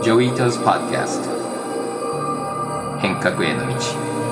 ジョイートズ・パッドキャスト変革への道。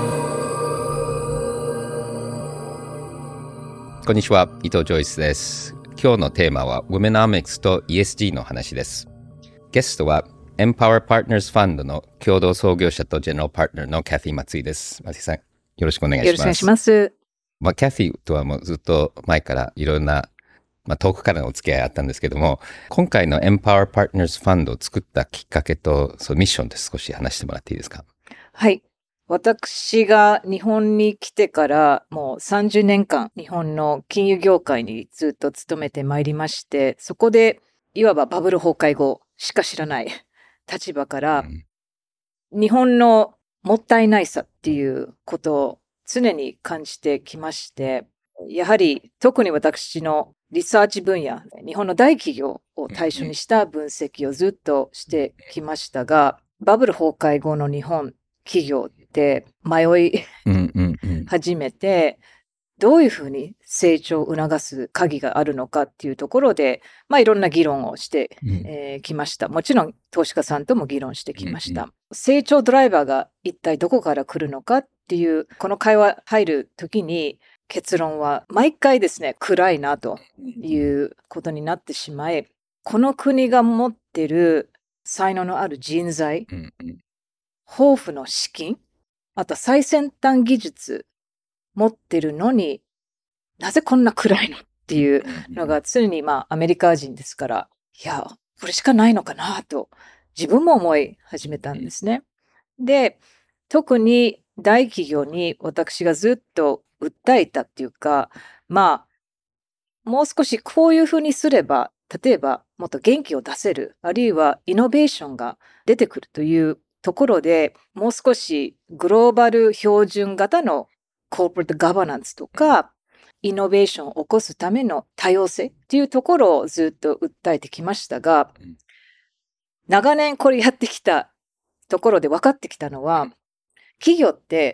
こんにちは、伊藤ジョイスです。今日のテーマは Womenomics と ESG の話です。ゲストは Empower Partners Fund の共同創業者とジェネラルパートナーのキャフィー・松井です。松井さん、よろしくお願いします。 よろしくお願いします。 キャフィーとはもうずっと前からいろんな遠くからのお付き合いあったんですけども、今回の Empower Partners Fund を作ったきっかけとそのミッションで少し話してもらっていいですか？ はい。私が日本に来てからもう30年間日本の金融業界にずっと勤めてまいりまして、そこでいわばバブル崩壊後しか知らない立場から、日本のもったいないさっていうことを常に感じてきまして、やはり特に私のリサーチ分野、日本の大企業を対象にした分析をずっとしてきましたが、バブル崩壊後の日本企業って迷い始めて、どういうふうに成長を促す鍵があるのかっていうところで、いろんな議論をしてきました。もちろん投資家さんとも議論してきました。成長ドライバーが一体どこから来るのかっていう、この会話入るときに結論は毎回ですね、暗いなということになってしまい、この国が持ってる才能のある人材、豊富の資金、あと最先端技術持ってるのになぜこんな暗いのっていうのが常にアメリカ人ですから、いや、これしかないのかなと自分も思い始めたんですね。で、特に大企業に私がずっと訴えたっていうか、もう少しこういうふうにすれば、例えばもっと元気を出せる、あるいはイノベーションが出てくるというところで、もう少しグローバル標準型のコーポレートガバナンスとか、イノベーションを起こすための多様性っていうところをずっと訴えてきましたが、長年これやってきたところで分かってきたのは、企業って、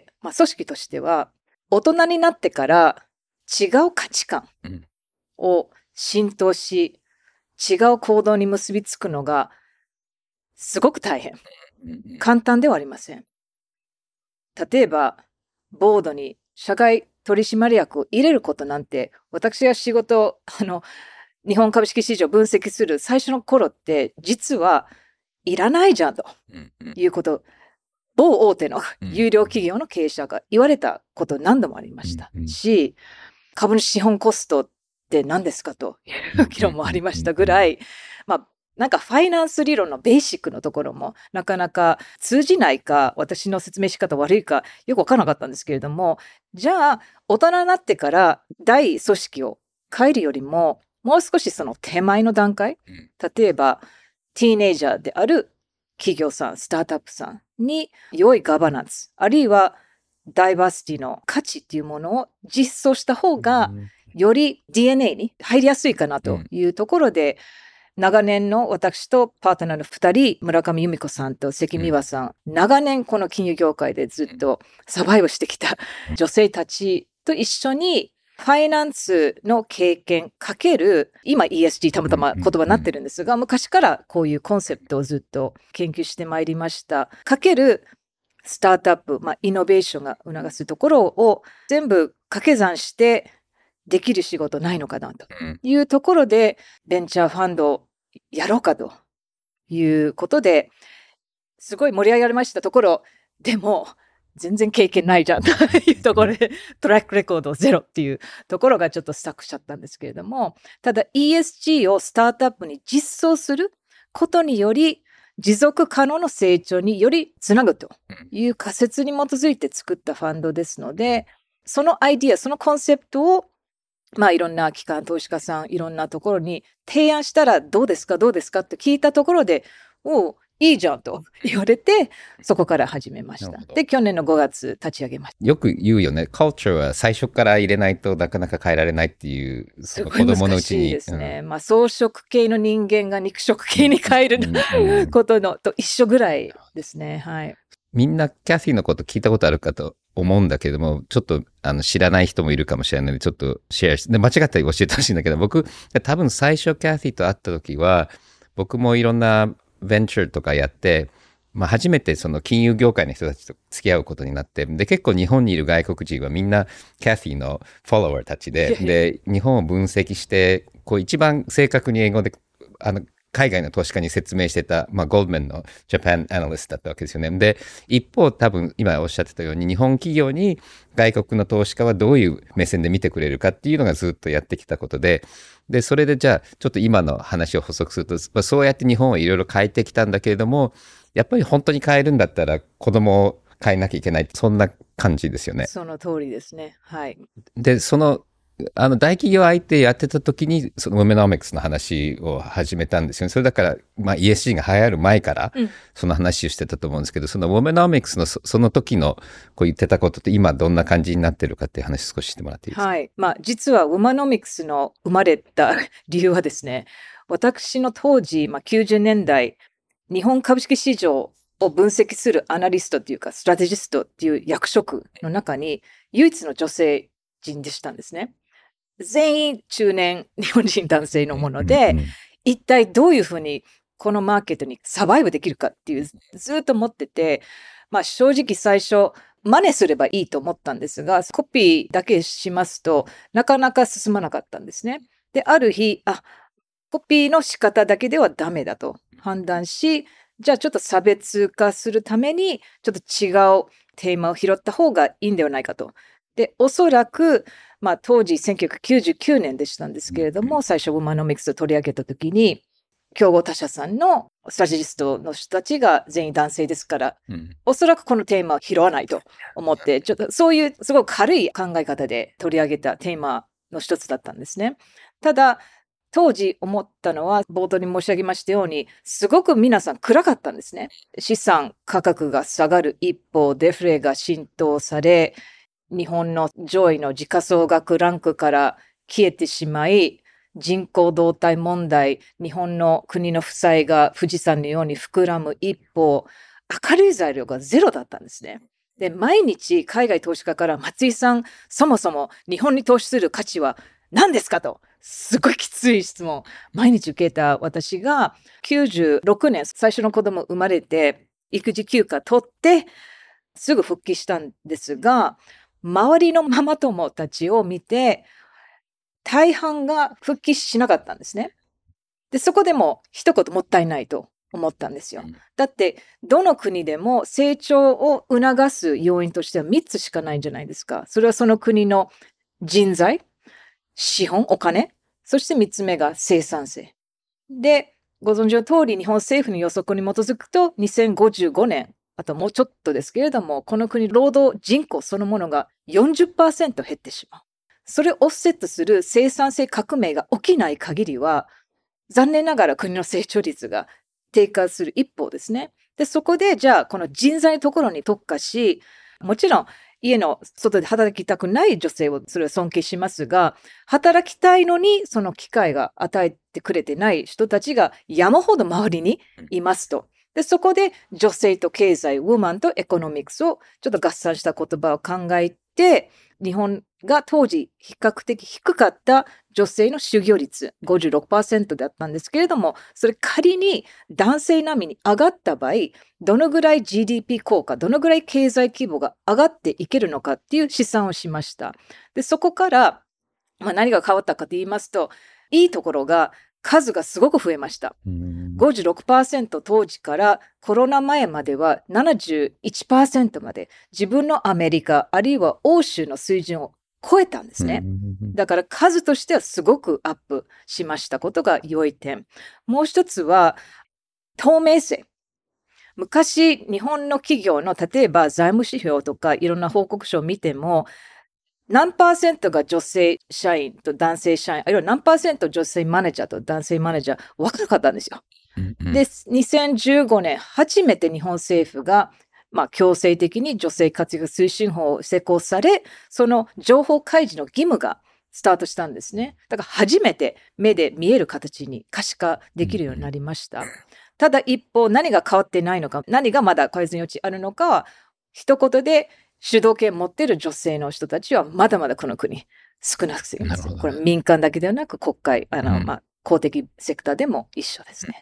組織としては、大人になってから違う価値観を浸透し、違う行動に結びつくのがすごく大変。簡単ではありません。例えば、ボードに社外取締役を入れることなんて、私が仕事、日本株式市場を分析する最初の頃って、実はいらないじゃんということ、某大手の有料企業の経営者が言われたこと何度もありましたし、株主資本コストって何ですかという議論もありましたぐらい、なんかファイナンス理論のベーシックのところもなかなか通じないか、私の説明仕方悪いかよくわからなかったんですけれども、じゃあ大人になってから大組織を変えるよりも、もう少しその手前の段階、例えばティーネイジャーである企業さん、スタートアップさんに良いガバナンス、あるいはダイバーシティの価値っていうものを実装した方が、より DNA に入りやすいかなというところで、長年の私とパートナーの2人、村上由美子さんと関美和さん、長年この金融業界でずっとサバイブしてきた女性たちと一緒に、ファイナンスの経験かける、今 ESG たまたま言葉になってるんですが、昔からこういうコンセプトをずっと研究してまいりました。かけるスタートアップ、イノベーションが促すところを全部掛け算してできる仕事ないのかなというところで、ベンチャーファンドをやろうかということで、すごい盛り上がりましたところ、でも、全然経験ないじゃんというところで、トラックレコードゼロっていうところがちょっとスタックしちゃったんですけれども、ただ ESG をスタートアップに実装することにより、持続可能な成長によりつなぐという仮説に基づいて作ったファンドですので、そのアイディア、そのコンセプトをいろんな機関投資家さん、いろんなところに提案したらどうですかって聞いたところで、いいじゃんと言われて、そこから始めました。で、去年の5月立ち上げました。 よく言うよね。カルチャーは最初から入れないとなかなか変えられないっていう、その子供のうちに。 難しいですね。草食系の人間が肉食系に変えることのと一緒ぐらいですね。はい。 みんなキャシーのこと聞いたことあるかと思うんだけども、ちょっと知らない人もいるかもしれないので、ちょっとシェアして、で間違ったり教えてほしいんだけど、僕、多分最初キャシーと会った時は、僕もいろんなベンチャーとかやって、初めてその金融業界の人たちと付き合うことになって、で、結構日本にいる外国人はみんなキャティのフォロワーたちで、日本を分析して、一番正確に英語で、海外の投資家に説明してた、ゴールドマンのジャパンアナリストだったわけですよね。で、一方多分今おっしゃってたように、日本企業に外国の投資家はどういう目線で見てくれるかっていうのがずっとやってきたことで、それでじゃあちょっと今の話を補足すると、そうやって日本をいろいろ変えてきたんだけれども、やっぱり本当に変えるんだったら子供を変えなきゃいけない、そんな感じですよね。 その通りですね。はい。 で、大企業相手やってた時に、そのウメノミクスの話を始めたんですよね。それだから、ESG が流行る前から、その話をしてたと思うんですけど、そのウメノミクスのその時の言ってたことって今どんな感じになってるかっていう話少ししてもらっていいですか？ はい。実はウメノミクスの生まれた理由はですね、私の当時、90年代、日本株式市場を分析するアナリストっていうか、ストラテジストっていう役職の中に、唯一の女性人でしたんですね。全員中年日本人男性のもので、一体どういうふうにこのマーケットにサバイブできるかっていう、ずっと思ってて、正直最初、真似すればいいと思ったんですが、コピーだけしますと、なかなか進まなかったんですね。で、ある日、コピーの仕方だけではダメだと判断し、じゃあちょっと差別化するために、ちょっと違うテーマを拾った方がいいんではないかと。で、おそらく、当時1999年でしたんですけれども、最初ウマノミクスを取り上げたときに、競合他社さんのストラテジストの人たちが全員男性ですから、おそらくこのテーマを拾わないと思って、ちょっとそういうすごく軽い考え方で取り上げたテーマの一つだったんですね。ただ、当時思ったのは、冒頭に申し上げましたように、すごく皆さん暗かったんですね。資産価格が下がる一方、デフレが浸透され、日本の上位の時価総額ランクから消えてしまい、人口動態問題、日本の国の負債が富士山のように膨らむ一方、明るい材料がゼロだったんですね。で、毎日海外投資家から松井さん、そもそも日本に投資する価値は何ですかと、すごいきつい質問、毎日受けた私が96年、最初の子供生まれて、育児休暇取って、すぐ復帰したんですが、周りのママ友たちを見て、大半が復帰しなかったんですね。で、そこでも一言もったいないと思ったんですよ。だって、どの国でも成長を促す要因としては3つしかないんじゃないですか。それはその国の人材、資本、お金、そして3つ目が生産性。で、ご存知の通り、日本政府の予測に基づくと、2055年、あともうちょっとですけれども、この国労働人口そのものが 40% 減ってしまう。それをオフセットする生産性革命が起きない限りは、残念ながら国の成長率が低下する一方ですね。で、そこで、じゃあ、この人材のところに特化し、もちろん、家の外で働きたくない女性をそれを尊敬しますが、働きたいのにその機会が与えてくれてない人たちが山ほど周りにいますと。で、そこで女性と経済、ウーマンとエコノミクスをちょっと合算した言葉を考えて、日本が当時比較的低かった女性の就業率 56% だったんですけれども、それ仮に男性並みに上がった場合、どのぐらい GDP 効果、どのぐらい経済規模が上がっていけるのかっていう試算をしました。で、そこから、何が変わったかと言いますと、いいところが数がすごく増えました。56% 当時からコロナ前までは 71% まで自分のアメリカあるいは欧州の水準を超えたんですね。だから数としてはすごくアップしましたことが良い点。もう一つは透明性。昔日本の企業の例えば財務指標とかいろんな報告書を見ても何%が女性社員と男性社員、あるいは何%女性マネージャーと男性マネージャー分からなかったんですよ。で、2015年初めて日本政府が強制的に女性活躍推進法を施行され、その情報開示の義務がスタートしたんですね。だから初めて目で見える形に可視化できるようになりました。ただ一方何が変わってないのか、何がまだ改善余地あるのかは一言で主導権を持っている女性の人たちはまだまだこの国少なくています。これ民間だけではなく国会、公的セクターでも一緒ですね。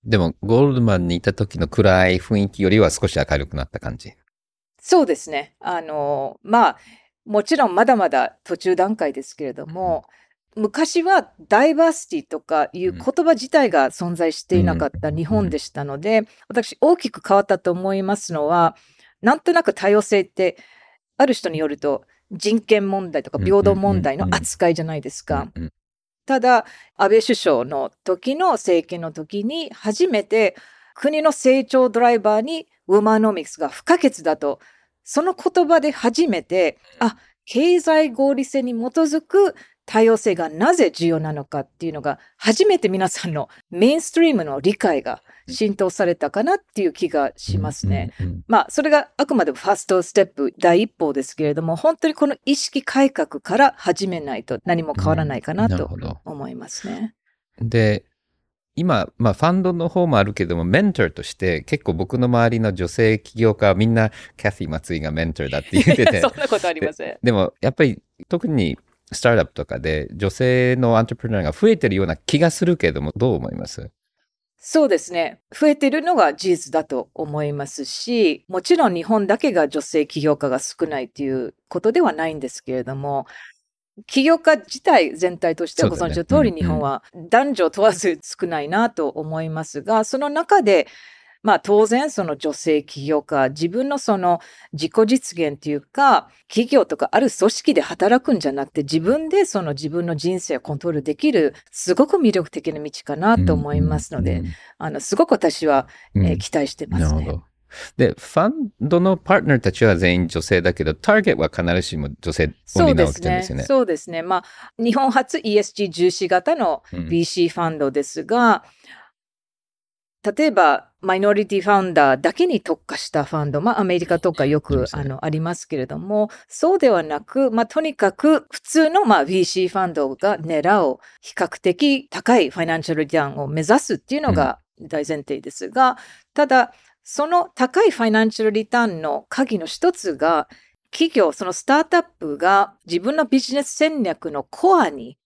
でも、ゴールドマンにいた時の暗い雰囲気よりは少し明るくなった感じ。 そうですね。もちろんまだまだ途中段階ですけれども、昔はダイバーシティとかいう言葉自体が存在していなかった日本でしたので、私大きく変わったと思いますのは、なんとなく多様性ってある人によると人権問題とか平等問題の扱いじゃないですか。ただ、安倍首相の時の政権の時に初めて国の成長ドライバーにウーマノミクスが不可欠だと、その言葉で初めて、経済合理性に基づく多様性がなぜ重要なのかっていうのが、初めて皆さんのメインストリームの理解が浸透されたかなっていう気がしますね。それがあくまでもファーストステップ、第一歩ですけれども、本当にこの意識改革から始めないと何も変わらないかなと思いますね。 で、今、ファンドの方もあるけども、メンターとして結構僕の周りの女性起業家はみんなキャフィー松井がメンターだって言ってて。 そんなことありません。 でもやっぱり特にスタートアップとかで女性のアントレプレナーが増えてるような気がするけれども、どう思います？ そうですね。増えてるのが事実だと思いますし、もちろん日本だけが女性起業家が少ないということではないんですけれども、起業家自体全体としてはご存知の通り、日本は男女問わず少ないなと思いますが、その中で、当然その女性起業家、自分のその自己実現というか、企業とかある組織で働くんじゃなくて、自分でその自分の人生をコントロールできる、すごく魅力的な道かなと思いますので、すごく私は、期待してますね。 なるほど。で、ファンドのパートナーたちは全員女性だけど、ターゲットは必ずしも女性を担うわけですよね。 そうですね。日本初 ESG 重視型の VC ファンドですが、例えば、マイノリティファウンダーだけに特化したファンド、アメリカとかよくありますけれども、そうではなく、とにかく普通のVC ファンドが狙う比較的高いファイナンシャルリターンを目指すっていうのが大前提ですが、ただ、その高いファイナンシャルリターンの鍵の一つが、企業、そのスタートアップが自分のビジネス戦略のコアに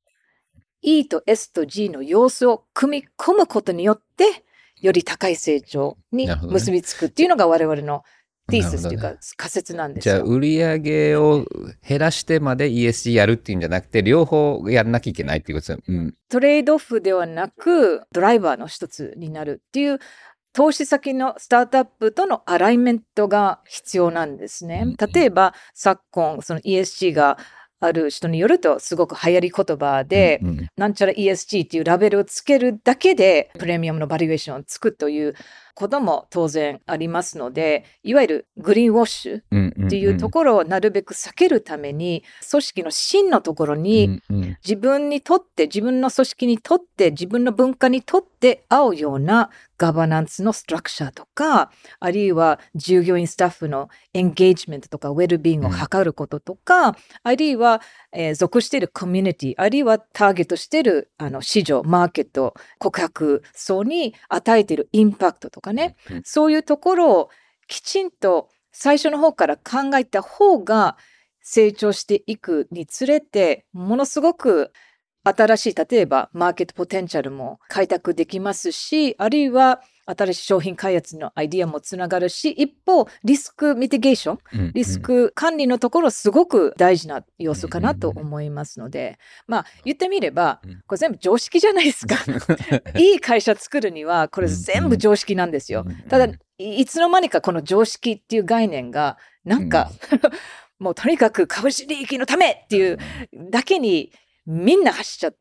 E と S と G の要素を組み込むことによって、より高い成長に結びつくっていうのが我々のティーシスというか仮説なんですよ。 じゃあ売上を減らしてまで ESG やるっていうんじゃなくて、両方やらなきゃいけないっていうことです。 トレードオフではなく、ドライバーの一つになるっていう、投資先のスタートアップとのアライメントが必要なんですね。例えば、昨今、その ESG がある人によるとすごく流行り言葉で、なんちゃら ESG っていうラベルをつけるだけでプレミアムのバリエーションをつくということも当然ありますので、いわゆるグリーンウォッシュっていうところをなるべく避けるために、組織の真のところに自分にとって、自分の組織にとって、自分の文化にとって合うようなガバナンスのストラクチャーとか、あるいは従業員スタッフのエンゲージメントとかウェルビーイングを図ることとか、あるいは、属しているコミュニティ、あるいはターゲットしている市場、マーケット、顧客層に与えているインパクトとかね、そういうところをきちんと最初の方から考えた方が成長していくにつれて、ものすごく新しい、例えばマーケットポテンシャルも開拓できますし、あるいは新しい商品開発のアイディアもつながるし、一方、リスクミティゲーション、リスク管理のところすごく大事な要素かなと思いますので、言ってみれば、これ全部常識じゃないですか。いい会社作るには、これ全部常識なんですよ。ただ、いつの間にかこの常識っていう概念が、もうとにかく株式利益のためっていうだけにみんな走っちゃって、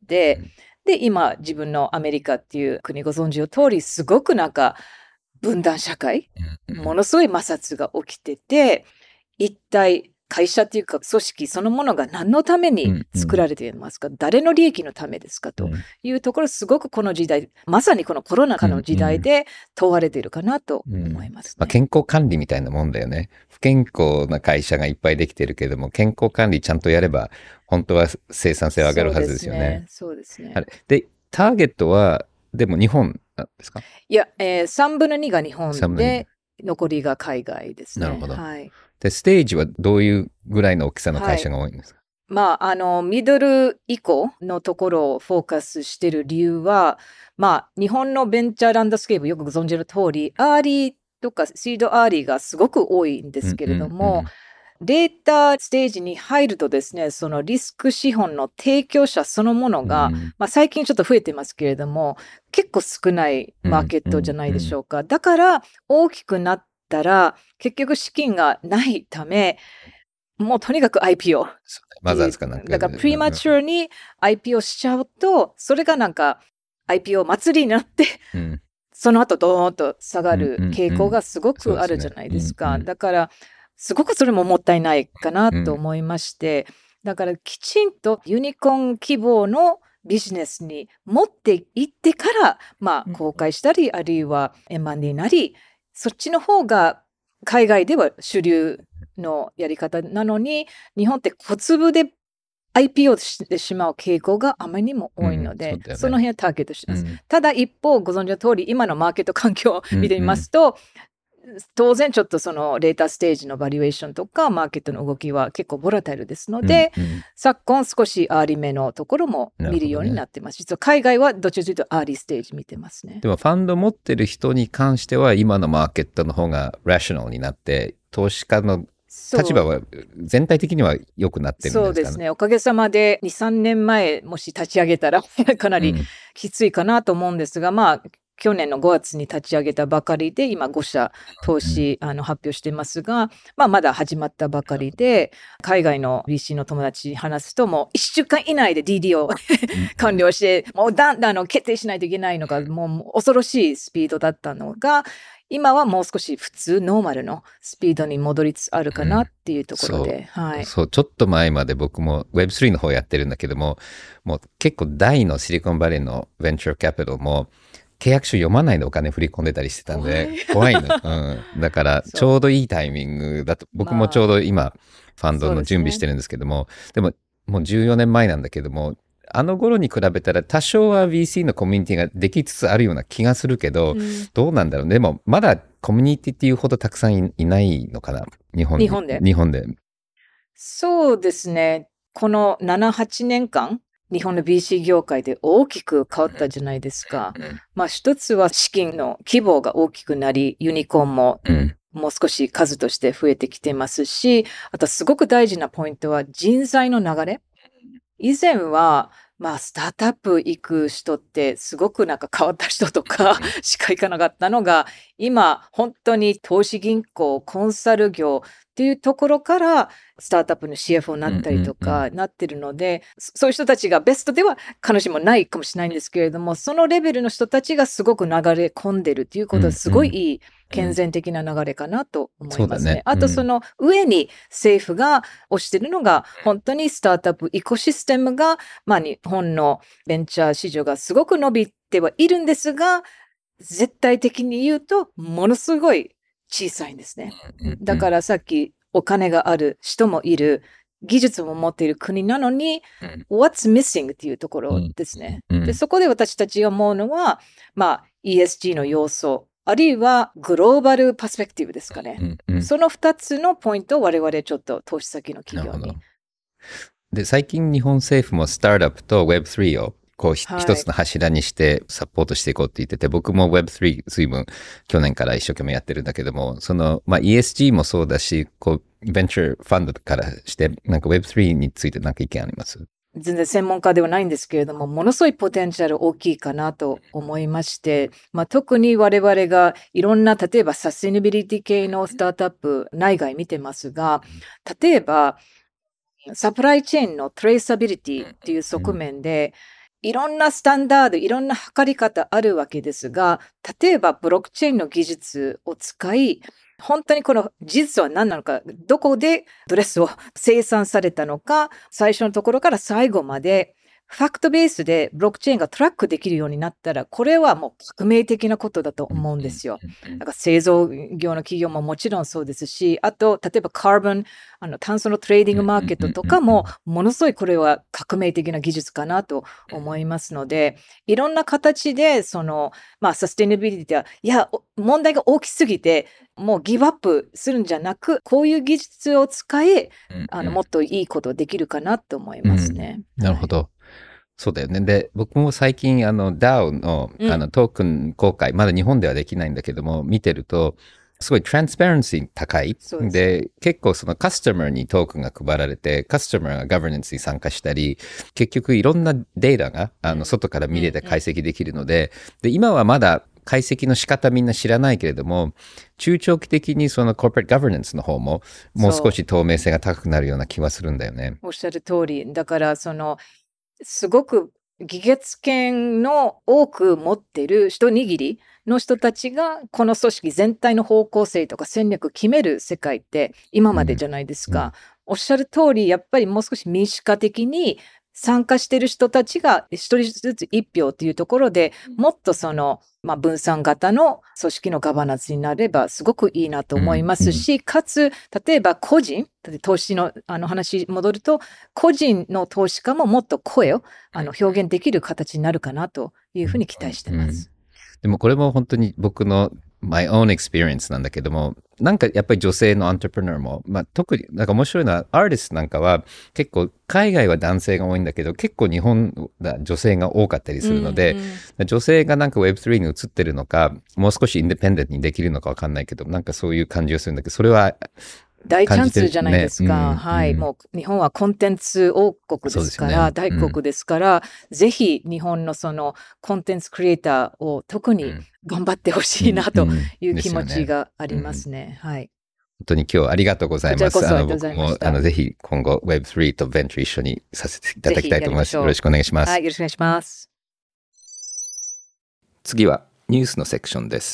で、今、自分のアメリカっていう国ご存知の通り、すごく分断社会、ものすごい摩擦が起きてて、一体会社っていうか組織そのものが何のために作られていますか、誰の利益のためですかというところ、すごくこの時代、まさにこのコロナ禍の時代で問われているかなと思いますね。 健康管理みたいなもんだよね。不健康な会社がいっぱいできてるけれども、健康管理ちゃんとやれば、本当は生産性を上がるはずですよね。 そうですね。 で、ターゲットは、でも日本なんですか？ いや、3分の2が日本で、残りが海外ですね。 なるほど。で、ステージはどういうぐらいの大きさの会社が多いんですか？ ミドル以降のところをフォーカスしている理由は、日本のベンチャーランドスケープよくご存知の通り、アーリーとかシードアーリーがすごく多いんですけれども、データステージに入るとですね、そのリスク資本の提供者そのものが、最近ちょっと増えてますけれども、結構少ないマーケットじゃないでしょうか。だから大きくなったら、結局資金がないため、もうとにかく IPO。 マザーズかなんか。 だからプリマチュアに IPO しちゃうと、それがなんか IPO 祭りになって、その後ドーンと下がる傾向がすごくあるじゃないですか。だから、すごくそれももったいないかなと思いまして、だからきちんとユニコーン規模のビジネスに持っていってから、公開したり、あるいは M&A なり、そっちの方が海外では主流のやり方なのに、日本って小粒で IPO してしまう傾向があまりにも多いので、その辺はターゲットしてます。ただ一方、ご存知の通り、今のマーケット環境を見てみますと、当然ちょっとそのレーターステージのバリエーションとかマーケットの動きは結構ボラタイルですので、昨今少しアーリーめのところも見るようになってます。実は海外はどっちかというとアーリーステージ見てますね。 でもファンド持ってる人に関しては今のマーケットの方がラショナルになって、投資家の立場は全体的には良くなってるんですかね。 そうですね。おかげさまで2、3年前もし立ち上げたらかなりきついかなと思うんですが、去年の5月に立ち上げたばかりで、今5社投資発表してますが、まだ始まったばかりで、海外の VC の友達に話すと、もう1週間以内で DD を完了して、もうだんだん決定しないといけないのが、もう恐ろしいスピードだったのが、今はもう少し普通、ノーマルのスピードに戻りつつあるかなっていうところで。 そう、ちょっと前まで僕も Web3 の方やってるんだけども、もう結構大のシリコンバレーのベンチャーキャピタルも、契約書読まないでお金振り込んでたりしてたんで、怖いの。だから、ちょうどいいタイミングだと、僕もちょうど今、ファンドの準備してるんですけども、でも、もう14年前なんだけども、あの頃に比べたら多少は VC のコミュニティができつつあるような気がするけど、どうなんだろう。でも、まだコミュニティっていうほどたくさん いないのかな。日本で。 そうですね。この7、8年間、日本の VC 業界で大きく変わったじゃないですか。一つは資金の規模が大きくなり、ユニコーンももう少し数として増えてきてますし、あとすごく大事なポイントは人材の流れ。以前は、スタートアップ行く人ってすごくなんか変わった人とかしか行かなかったのが、今本当に投資銀行、コンサル業っていうところからスタートアップの CFO になったりとかなってるので、そういう人たちがベストでは彼女もないかもしれないんですけれども、そのレベルの人たちがすごく流れ込んでるっていうことはすごいいい健全的な流れかなと思いますね。あとその上に政府が推してるのが本当にスタートアップエコシステムが、日本のベンチャー市場がすごく伸びてはいるんですが、絶対的に言うとものすごい小さいんですね。だからさっきお金がある人もいる、技術も持っている国なのに、what's missing っていうところですね。で、そこで私たちが思うのは、ESG の要素、あるいはグローバルパースペクティブですかね。その2つのポイントを我々ちょっと投資先の企業に。 で、最近日本政府もスタートアップと Web3 をこう一つの柱にしてサポートしていこうって言ってて、僕も Web3 随分去年から一生懸命やってるんだけども、その、ESG もそうだし、こう、ベンチャーファンドからして、なんか Web3 についてなんか意見あります？ 全然専門家ではないんですけれども、ものすごいポテンシャル大きいかなと思いまして、特に我々がいろんな、例えばサステナビリティ系のスタートアップ内外見てますが、例えばサプライチェーンのトレーサビリティっていう側面で、いろんなスタンダード、いろんな測り方あるわけですが、例えばブロックチェーンの技術を使い、本当にこの事実は何なのか、どこでドレスを生産されたのか、最初のところから最後までファクトベースでブロックチェーンがトラックできるようになったら、これはもう革命的なことだと思うんですよ。だから製造業の企業ももちろんそうですし、あと、例えばカーボン、炭素のトレーディングマーケットとかも、ものすごいこれは革命的な技術かなと思いますので、いろんな形で、サステナビリティは、いや、問題が大きすぎて、もうギブアップするんじゃなく、こういう技術を使え、もっといいことできるかなと思いますね。 なるほど。そうだよね。で、僕も最近、DAO の、トークン公開、まだ日本ではできないんだけども、見てると、すごいトランスパレンシー高い。で、結構そのカスタマーにトークンが配られて、カスタマーがガバナンスに参加したり、結局いろんなデータが、外から見れて解析できるので、で、今はまだ解析の仕方みんな知らないけれども、中長期的にそのコーポレートガバナンスの方も、もう少し透明性が高くなるような気はするんだよね。 おっしゃる通り。だから、すごく議決権の多く持ってる一握りの人たちがこの組織全体の方向性とか戦略決める世界って今までじゃないですか。おっしゃる通り、やっぱりもう少し民主化的に参加している人たちが一人ずつ一票というところでもっと分散型の組織のガバナンスになればすごくいいなと思いますし、かつ、例えば個人、投資の話戻ると、個人の投資家ももっと声を表現できる形になるかなというふうに期待してます。 でもこれも本当に僕のmy own experience なんだけども、なんかやっぱり女性のアントレプレナーも、特になんか面白いのはアーティストなんかは結構海外は男性が多いんだけど、結構日本は女性が多かったりするので、女性がなんか Web3 に移ってるのか、もう少しインディペンデントにできるのかわかんないけど、なんかそういう感じがするんだけど、それは大チャンスじゃないですか。はい。もう日本はコンテンツ王国ですから、大国ですから、ぜひ日本のコンテンツクリエイターを特に頑張ってほしいなという気持ちがありますね。はい。 本当に今日ありがとうございます。 僕もぜひ今後 Web3 と Venture 一緒にさせていただきたいと思います。よろしくお願いします。 はい、よろしくお願いします。 次はニュースのセクションです。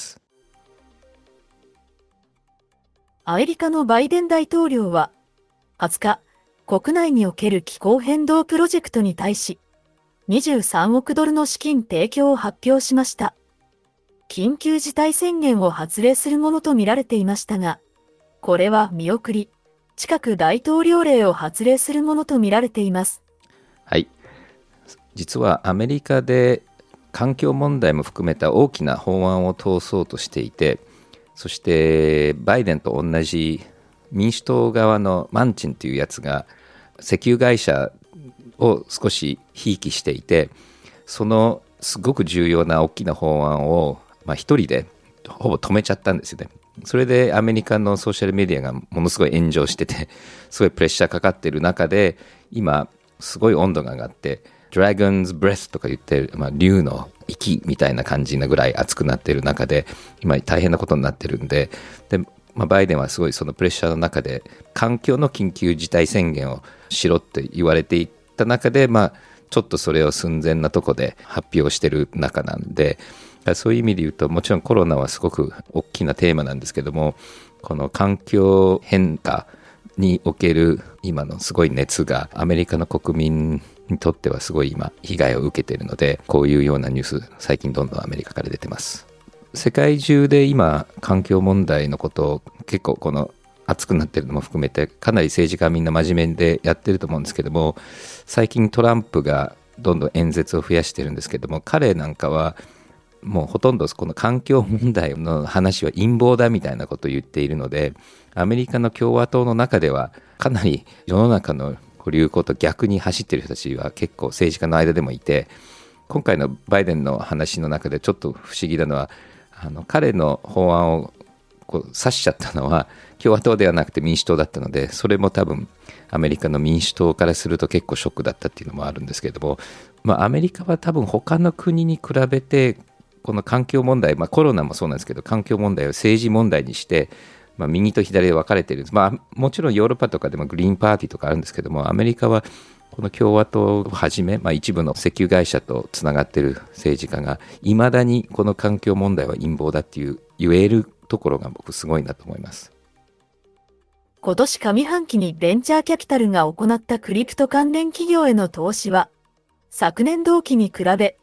アメリカのバイデン大統領は20日、国内における気候変動プロジェクトに対し、23億ドルの資金提供を発表しました。緊急事態宣言を発令するものとみられていましたが、これは見送り、近く大統領令を発令するものとみられています。 はい。実はアメリカで環境問題も含めた大きな法案を通そうとしていて、そしてバイデンと同じ民主党側のマンチンというやつが石油会社を少しひいきしていて、そのすごく重要な大きな法案を一人でほぼ止めちゃったんですよね。それでアメリカのソーシャルメディアがものすごい炎上してて、すごいプレッシャーかかっている中で、今すごい温度が上がって、ドラゴンズブレスとか言って、竜の息みたいな感じなぐらい熱くなっている中で、今大変なことになってるんで、バイデンはすごいそのプレッシャーの中で環境の緊急事態宣言をしろって言われていった中で、ちょっとそれを寸前なとこで発表してる中なんで、そういう意味で言うと、もちろんコロナはすごく大きなテーマなんですけども、この環境変化における今のすごい熱がアメリカの国民にとってはすごい今被害を受けているので、こういうようなニュース最近どんどんアメリカから出てます。世界中で今環境問題のことを結構この熱くなってるのも含めてかなり政治家はみんな真面目でやってると思うんですけども、最近トランプがどんどん演説を増やしてるんですけども、彼なんかはもうほとんどこの環境問題の話は陰謀だみたいなことを言っているので、アメリカの共和党の中ではかなり世の中の流行と逆に走っている人たちは結構政治家の間でもいて、今回のバイデンの話の中でちょっと不思議なのは、彼の法案を指しちゃったのは共和党ではなくて民主党だったので、それも多分アメリカの民主党からすると結構ショックだったっていうのもあるんですけれども、アメリカは多分他の国に比べてこの環境問題、コロナもそうなんですけど、環境問題を政治問題にして、右と左で分かれているんです。もちろんヨーロッパとかでもグリーンパーティーとかあるんですけども、アメリカはこの共和党をはじめ、一部の石油会社とつながっている政治家がいまだにこの環境問題は陰謀だっていう言えるところが僕すごいなと思います。 今年上半期にベンチャーキャピタルが行ったクリプト関連企業への投資は昨年同期に比べ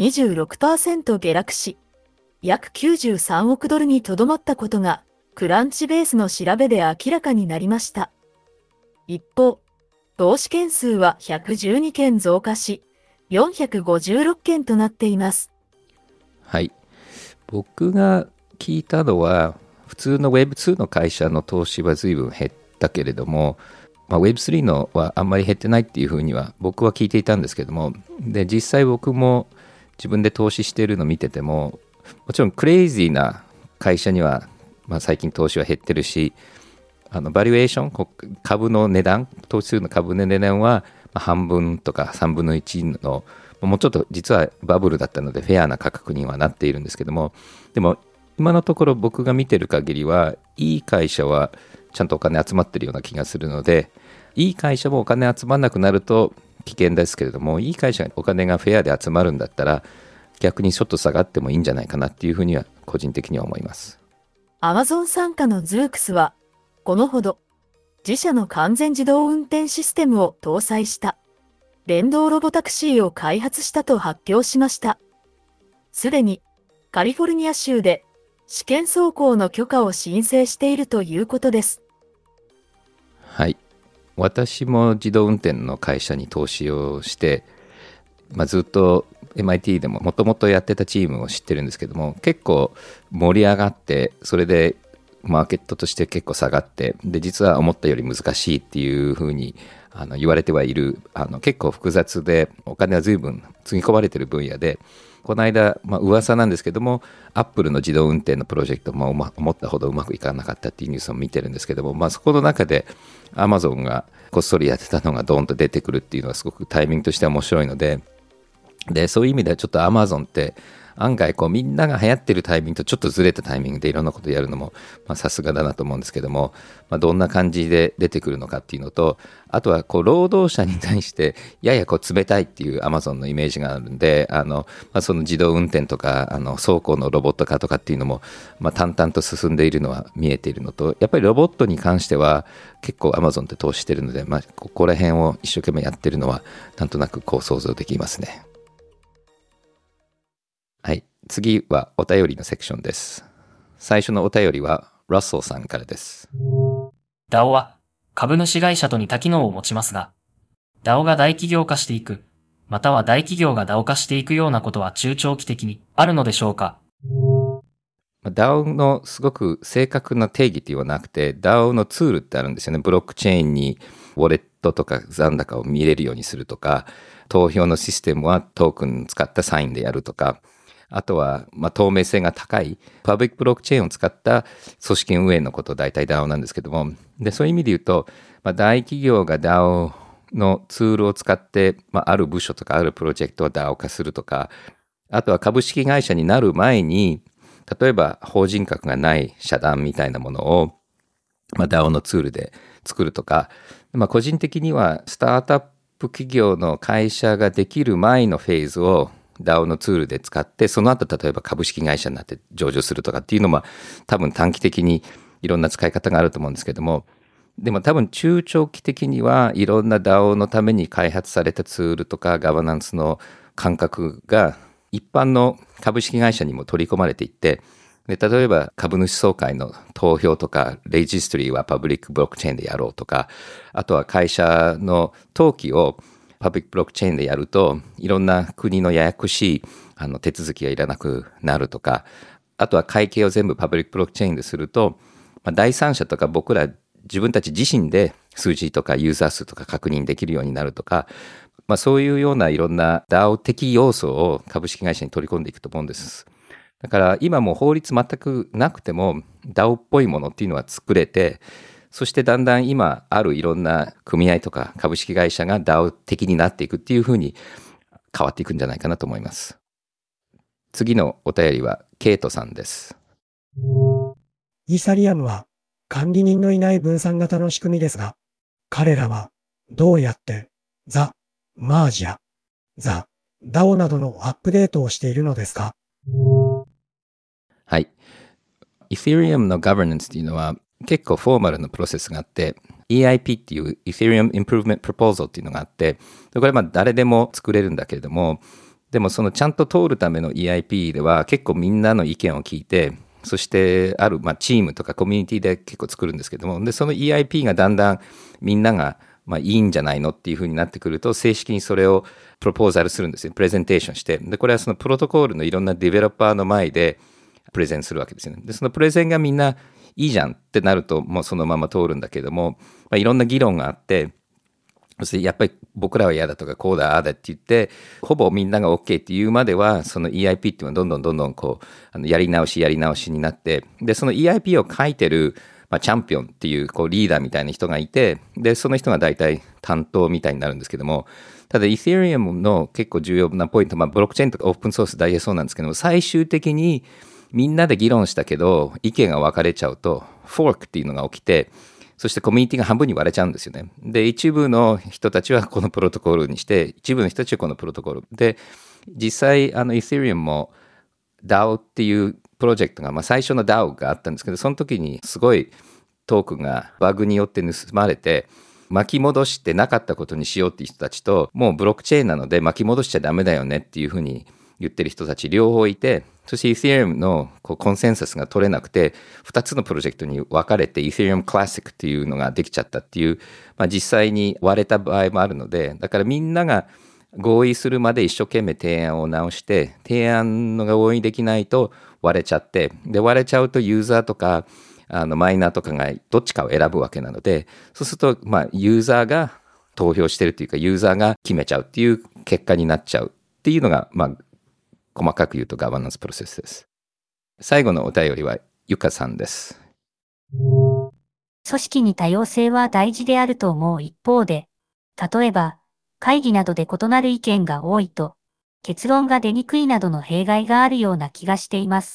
26% 下落し、約93億ドルにとどまったことが、クランチベースの調べで明らかになりました。一方、投資件数は112件増加し、456件となっています。 はい。僕が聞いたのは、普通の Web2 の会社の投資は随分減ったけれども、Web3 のはあんまり減ってないっていうふうには僕は聞いていたんですけども、で、実際僕も自分で投資しているのを見てても、もちろんクレイジーな会社には、最近投資は減ってるし、バリュエーション、株の値段、投資するの株の値段は半分とか3分の1の、もうちょっと実はバブルだったのでフェアな価格にはなっているんですけども、でも今のところ僕が見てる限りはいい会社はちゃんとお金集まってるような気がするので、いい会社もお金集まらなくなると危険ですけれども、いい会社お金がフェアで集まるんだったら逆にちょっと下がってもいいんじゃないかなっていうふうには個人的には思います。 Amazon 傘下のズークスはこのほど自社の完全自動運転システムを搭載した電動ロボタクシーを開発したと発表しました。すでにカリフォルニア州で試験走行の許可を申請しているということです。 はい。私も自動運転の会社に投資をして、ずっと MIT でももともとやってたチームを知ってるんですけども、結構盛り上がって、それでマーケットとして結構下がって、で実は思ったより難しいっていうふうに言われてはいる、結構複雑でお金は随分つぎ込まれてる分野で、この間、噂なんですけども、アップルの自動運転のプロジェクトも思ったほどうまくいかなかったっていうニュースを見てるんですけども、そこの中で Amazon がこっそりやってたのがドーンと出てくるっていうのはすごくタイミングとしては面白いので、そういう意味ではちょっと Amazon って案外みんなが流行ってるタイミングとちょっとずれたタイミングでいろんなことをやるのもさすがだなと思うんですけども、どんな感じで出てくるのかっていうのと、あとは労働者に対してやや冷たいっていう Amazon のイメージがあるんで、その自動運転とか走行のロボット化とかっていうのも淡々と進んでいるのは見えているのと、やっぱりロボットに関しては結構 Amazon って投資してるので、ここら辺を一生懸命やってるのはなんとなく想像できますね。はい、次はお便りのセクションです。最初のお便りはラッソーさんからです。 DAO は株主会社と似た機能を持ちますが、DAO が大企業化していく、または大企業が DAO 化していくようなことは中長期的にあるのでしょうか。 DAO のすごく正確な定義ではなくて、DAO のツールってあるんですよね。ブロックチェーンにウォレットとか残高を見れるようにするとか、投票のシステムはトークン使ったサインでやるとか、あとは透明性が高いパブリックブロックチェーンを使った組織運営のことを大体 DAO なんですけども、でそういう意味で言うと、大企業が DAO のツールを使って、ある部署とかあるプロジェクトを DAO 化するとか、あとは株式会社になる前に例えば法人格がない社団みたいなものを、DAO のツールで作るとか、個人的にはスタートアップ企業の会社ができる前のフェーズをDAO のツールで使って、その後例えば株式会社になって上場するとかっていうのも多分短期的にいろんな使い方があると思うんですけども、でも多分中長期的にはいろんな DAO のために開発されたツールとかガバナンスの感覚が一般の株式会社にも取り込まれていって、で例えば株主総会の投票とかレジストリーはパブリックブロックチェーンでやろうとか、あとは会社の登記をパブリックブロックチェーンでやるといろんな国のややこしい手続きがいらなくなるとか、あとは会計を全部パブリックブロックチェーンですると、第三者とか僕ら自分たち自身で数字とかユーザー数とか確認できるようになるとか、そういうようないろんな DAO 的要素を株式会社に取り込んでいくと思うんです。だから今もう法律全くなくても DAO っぽいものっていうのは作れて、そしてだんだん今あるいろんな組合とか株式会社が DAO 的になっていくっていうふうに変わっていくんじゃないかなと思います。次のお便りはケイトさんです。 イーサリアムは管理人のいない分散型の仕組みですが、彼らはどうやってザ・マージやザ・DAO などのアップデートをしているのですか？ はい。Ethereum の Governance っていうのは結構フォーマルなプロセスがあって、 EIP っていう Ethereum Improvement Proposal っていうのがあって、これは誰でも作れるんだけれども、でもそのちゃんと通るための EIP では結構みんなの意見を聞いて、そしてあるチームとかコミュニティで結構作るんですけども、でその EIP がだんだんみんながいいんじゃないのっていう風になってくると、正式にそれをプロポーザルするんですよ。プレゼンテーションして。でこれはそのプロトコールのいろんなディベロッパーの前でプレゼンするわけですよね。でそのプレゼンがみんないいじゃんってなると、もうそのまま通るんだけども、いろんな議論があって、そしてやっぱり僕らは嫌だとかこうだああだって言ってほぼみんなが OK っていうまでは、その EIP っていうのはどんどんこうやり直しになって、でその EIP を書いてるチャンピオンっていうリーダーみたいな人がいて、でその人が大体担当みたいになるんですけども、ただ Ethereum の結構重要なポイント、ブロックチェーンとかオープンソース大体そうなんですけども、最終的にみんなで議論したけど意見が分かれちゃうとフォークっていうのが起きて、そしてコミュニティが半分に割れちゃうんですよね。で一部の人たちはこのプロトコルにして、一部の人たちはこのプロトコルで、実際Ethereum も DAO っていうプロジェクトが、最初の DAO があったんですけど、その時にすごいトークンがバグによって盗まれて巻き戻してなかったことにしようっていう人たちと、もうブロックチェーンなので巻き戻しちゃダメだよねっていうふうに言ってる人たち両方いて、そして Ethereum のコンセンサスが取れなくて2つのプロジェクトに分かれて Ethereum Classic っていうのができちゃったっていう、実際に割れた場合もあるので、だからみんなが合意するまで一生懸命提案を直して、提案のが合意できないと割れちゃって、で割れちゃうとユーザーとかマイナーとかがどっちかを選ぶわけなので、そうするとユーザーが投票してるというか、ユーザーが決めちゃうっていう結果になっちゃうっていうのが、細かく言うとガバナンスプロセスです。最後のお便りはゆかさんです。 組織に多様性は大事であると思う一方で、例えば会議などで異なる意見が多いと結論が出にくいなどの弊害があるような気がしています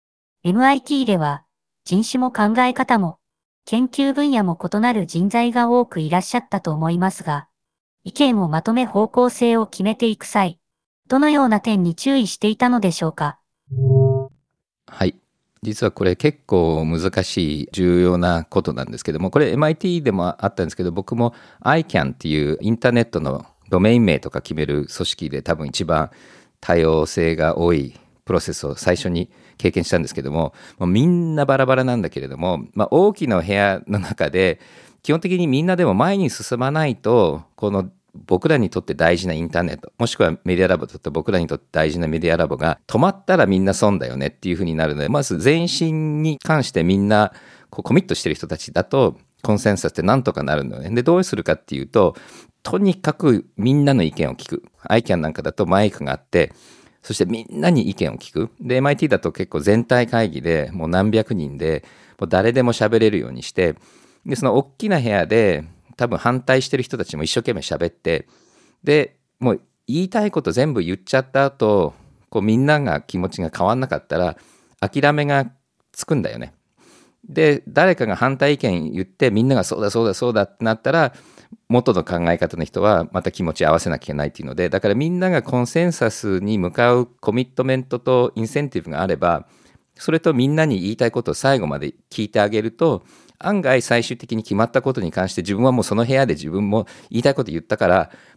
。MIT では人種も考え方も研究分野も異なる人材が多くいらっしゃったと思いますが、意見をまとめ方向性を決めていく際、どのような点に注意していたのでしょうか。 はい。実はこれ結構難しい重要なことなんですけども、これ MIT でもあったんですけど、僕も ICANN っていうインターネットのドメイン名とか決める組織で多分一番多様性が多いプロセスを最初に経験したんですけども、みんなバラバラなんだけれども、大きな部屋の中で基本的にみんなでも前に進まないと、この僕らにとって大事なインターネット、もしくはメディアラボとって僕らにとって大事なメディアラボが止まったらみんな損だよねっていう風になるので、まず前進に関してみんなコミットしてる人たちだとコンセンサスってなんとかなるのね。でどうするかっていうと、とにかくみんなの意見を聞く。ICANN なんかだとマイクがあって、そしてみんなに意見を聞く。で MIT だと結構全体会議でもう何百人でもう誰でも喋れるようにして、でその大きな部屋で多分反対してる人たちも一生懸命喋って、でもう言いたいこと全部言っちゃった後、みんなが気持ちが変わんなかったら諦めがつくんだよね。で誰かが反対意見言ってみんながそうだそうだそうだってなったら、元の考え方の人はまた気持ち合わせなきゃいけないっていうので、だからみんながコンセンサスに向かうコミットメントとインセンティブがあれば、それとみんなに言いたいことを最後まで聞いてあげると、案外最終的に決まったことに関して自分はもうその部屋で自分も言いたいこと言ったから、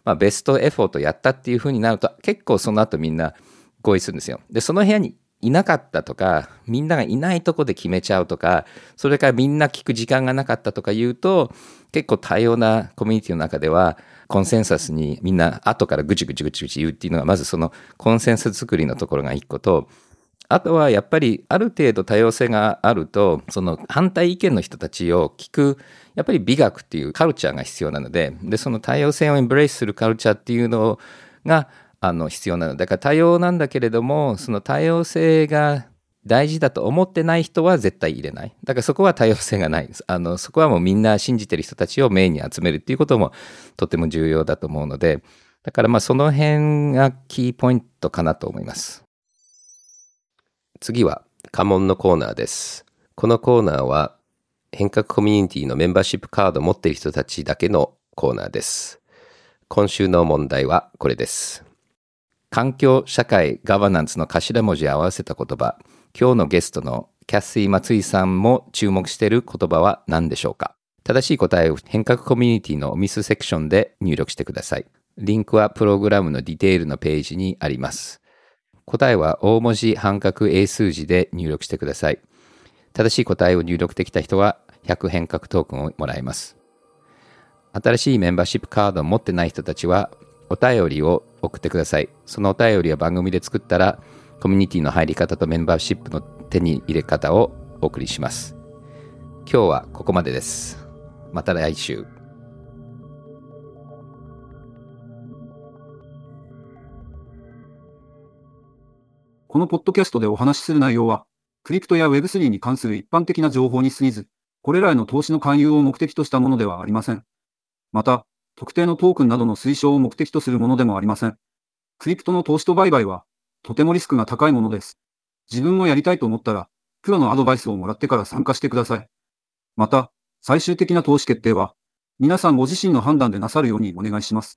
ベストエフォートやったっていう風になると、結構その後みんな合意するんですよ。でその部屋にいなかったとか、みんながいないとこで決めちゃうとか、それからみんな聞く時間がなかったとか言うと、結構多様なコミュニティの中ではコンセンサスにみんな後からぐちぐち言うっていうのが、まずそのコンセンサス作りのところが一個と、あとはやっぱりある程度多様性があると、その反対意見の人たちを聞くやっぱり美学っていうカルチャーが必要なので、その多様性をエンブレイスするカルチャーっていうのが必要なので、だから多様なんだけれども、その多様性が大事だと思ってない人は絶対入れない。だからそこは多様性がないです。そこはもうみんな信じてる人たちをメインに集めるっていうこともとても重要だと思うので、だからその辺がキーポイントかなと思います。次は家紋のコーナーです。このコーナーは変革コミュニティのメンバーシップカードを持っている人たちだけのコーナーです。今週の問題はこれです。環境、社会、ガバナンスの頭文字を合わせた言葉、今日のゲストのキャッシー松井さんも注目している言葉は何でしょうか。 正しい答えを変革コミュニティのミスセクションで入力してください。リンクはプログラムのディテールのページにあります。答えは大文字半角英数字で入力してください。正しい答えを入力できた人は100変革トークンをもらえます。新しいメンバーシップカードを持ってない人たちはお便りを送ってください。そのお便りは番組で作ったらコミュニティの入り方とメンバーシップの手に入れ方をお送りします。今日はここまでです。また来週。 このポッドキャストでお話しする内容は、クリプトや Web3 に関する一般的な情報に過ぎず、これらへの投資の勧誘を目的としたものではありません。また、特定のトークンなどの推奨を目的とするものでもありません。クリプトの投資と売買は、とてもリスクが高いものです。自分もやりたいと思ったら、プロのアドバイスをもらってから参加してください。また、最終的な投資決定は、皆さんご自身の判断でなさるようにお願いします。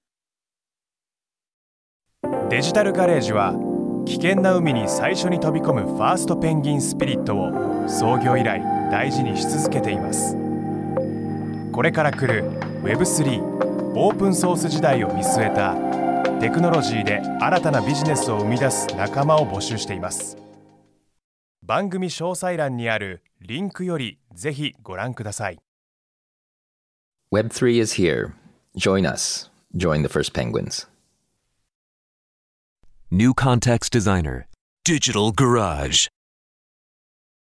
デジタルガレージは、危険な海に最初に飛び込むファーストペンギンスピリットを創業以来大事にし続けています。これから来る Web3 オープンソース時代を見据えたテクノロジーで新たなビジネスを生み出す仲間を募集しています。番組詳細欄にあるリンクよりぜひご覧ください。 Web3 is here. Join us. Join the first penguins.New Context Designer, Digital Garage.